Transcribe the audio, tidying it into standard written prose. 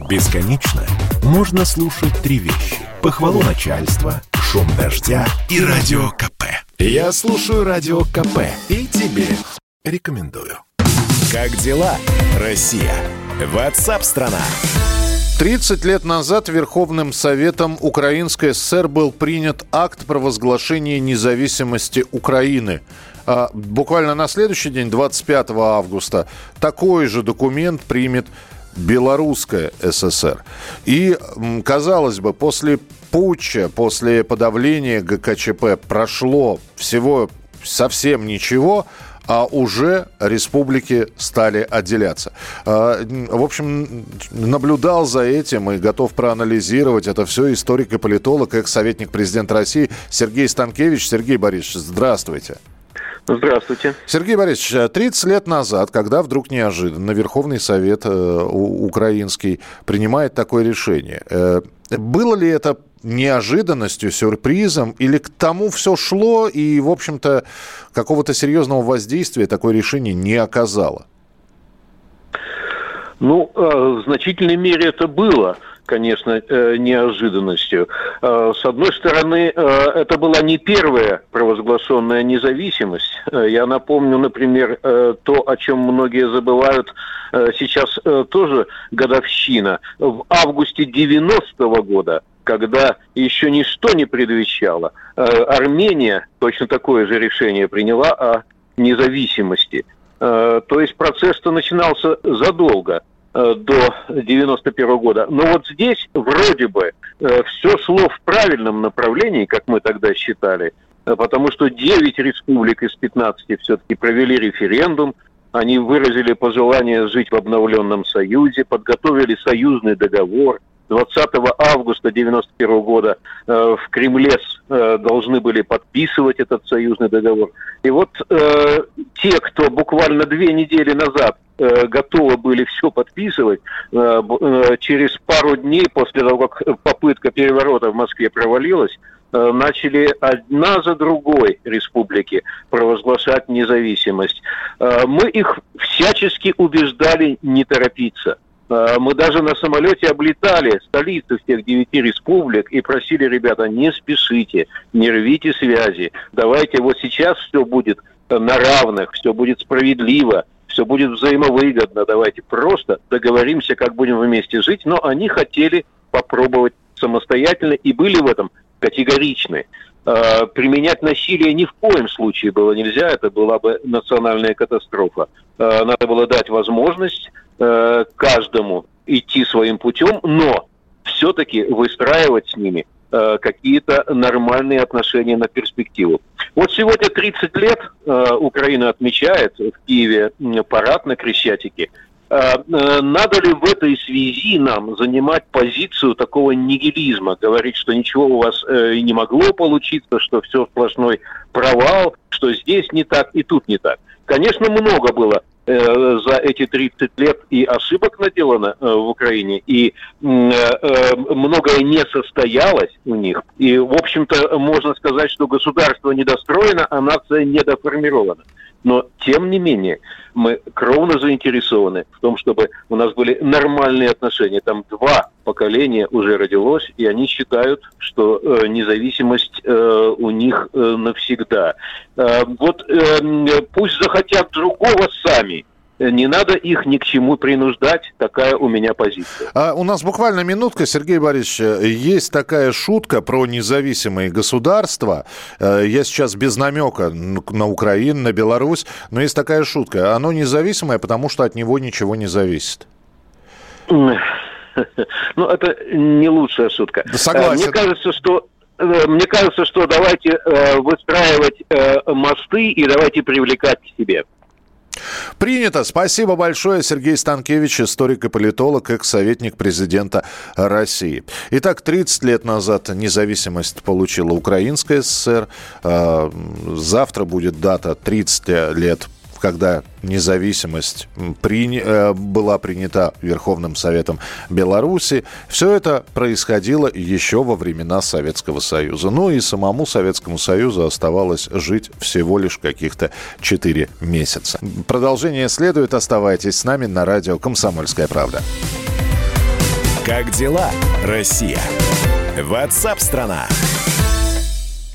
Бесконечно можно слушать три вещи: похвалу начальства, шум дождя и радио КП. Я слушаю радио КП и тебе рекомендую. Как дела, Россия? WhatsApp-страна. 30 лет назад Верховным Советом Украинской ССР был принят акт провозглашения независимости Украины. Буквально на следующий день, 25 августа, такой же документ примет Белорусская ССР. И, казалось бы, после путча, после подавления ГКЧП прошло всего совсем ничего, а уже республики стали отделяться. В общем, наблюдал за этим и готов проанализировать это все историк и политолог, экс-советник президента России Сергей Станкевич. Сергей Борисович, здравствуйте. Здравствуйте. Сергей Борисович, 30 лет назад, когда вдруг неожиданно Верховный Совет украинский принимает такое решение, было ли это неожиданностью, сюрпризом, или к тому все шло и, в общем-то, какого-то серьезного воздействия такое решение не оказало? В значительной мере это было, конечно, неожиданностью. С одной стороны, это была не первая провозглашенная независимость. Я напомню, например, то, о чем многие забывают, сейчас тоже годовщина. В августе 90-го года, когда еще ничто не предвещало, Армения точно такое же решение приняла о независимости. То есть процесс-то начинался задолго до 91 года. Но вот здесь вроде бы все шло в правильном направлении, как мы тогда считали, потому что 9 республик из 15 все-таки провели референдум, они выразили пожелание жить в обновленном союзе, подготовили союзный договор. 20 августа 1991 года в Кремле должны были подписывать этот союзный договор. И вот те, кто буквально 2 недели назад готовы были все подписывать, через пару дней после того, как попытка переворота в Москве провалилась, начали одна за другой республики провозглашать независимость. Мы их всячески убеждали не торопиться. Мы даже на самолете облетали столицы всех 9 республик и просили: ребята, не спешите, не рвите связи, давайте вот сейчас все будет на равных, все будет справедливо, все будет взаимовыгодно, давайте просто договоримся, как будем вместе жить. Но они хотели попробовать самостоятельно и были в этом категоричны. Применять насилие ни в коем случае было нельзя, это была бы национальная катастрофа. Надо было дать возможность каждому идти своим путем, но все-таки выстраивать с ними какие-то нормальные отношения на перспективу. Вот сегодня 30 лет Украина отмечает в Киеве парад на Крещатике. Надо ли в этой связи нам занимать позицию такого нигилизма, говорить, что ничего у вас и не могло получиться, что все сплошной провал, что здесь не так и тут не так? Конечно, много было за эти 30 лет и ошибок наделано в Украине, и многое не состоялось у них. И, в общем-то, можно сказать, что государство недостроено, а нация недоформирована. Но, тем не менее, мы кровно заинтересованы в том, чтобы у нас были нормальные отношения. Там 2 поколения уже родилось, и они считают, что независимость у них навсегда. Вот пусть захотят другого сами. Не надо их ни к чему принуждать. Такая у меня позиция. У нас буквально минутка, Сергей Борисович. Есть такая шутка про независимые государства. Я сейчас без намека на Украину, на Беларусь. Но есть такая шутка. Оно независимое, потому что от него ничего не зависит. Это не лучшая шутка. Согласен. Мне кажется, что давайте выстраивать мосты и давайте привлекать к себе. Принято. Спасибо большое. Сергей Станкевич, историк и политолог, экс-советник президента России. Итак, 30 лет назад независимость получила Украинская ССР. Завтра будет дата 30 лет, когда независимость была принята Верховным Советом Беларуси. Все это происходило еще во времена Советского Союза. Ну и самому Советскому Союзу оставалось жить всего лишь каких-то 4 месяца. Продолжение следует. Оставайтесь с нами на радио «Комсомольская правда». Как дела, Россия? WhatsApp-страна!